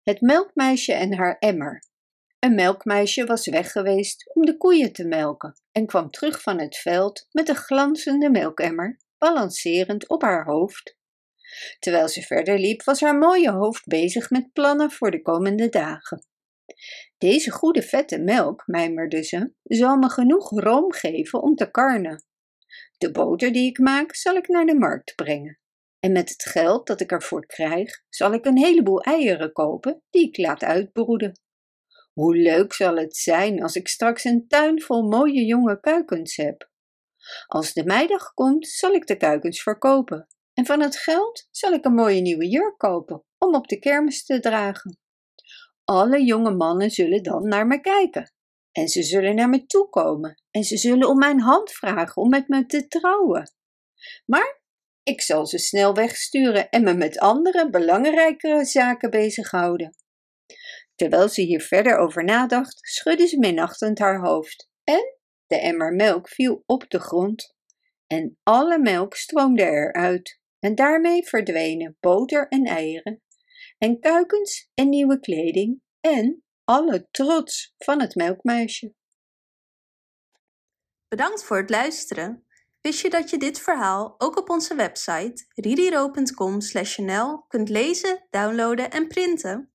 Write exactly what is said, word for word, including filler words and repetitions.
Het melkmeisje en haar emmer. Een melkmeisje was weg geweest om de koeien te melken en kwam terug van het veld met een glanzende melkemmer, balancerend op haar hoofd. Terwijl ze verder liep, was haar mooie hoofd bezig met plannen voor de komende dagen. Deze goede vette melk, mijmerde ze, zal me genoeg room geven om te karnen. De boter die ik maak, zal ik naar de markt brengen. En met het geld dat ik ervoor krijg, zal ik een heleboel eieren kopen die ik laat uitbroeden. Hoe leuk zal het zijn als ik straks een tuin vol mooie jonge kuikens heb. Als de meidag komt, zal ik de kuikens verkopen. En van het geld zal ik een mooie nieuwe jurk kopen om op de kermis te dragen. Alle jonge mannen zullen dan naar me kijken. En ze zullen naar me toe komen. En ze zullen om mijn hand vragen om met me te trouwen. Maar ik zal ze snel wegsturen en me met andere, belangrijkere zaken bezighouden. Terwijl ze hier verder over nadacht, schudde ze minachtend haar hoofd. En de emmer melk viel op de grond. En alle melk stroomde eruit. En daarmee verdwenen boter en eieren. En kuikens en nieuwe kleding. En alle trots van het melkmeisje. Bedankt voor het luisteren. Wist je dat je dit verhaal ook op onze website ririro punt com slash n l kunt lezen, downloaden en printen?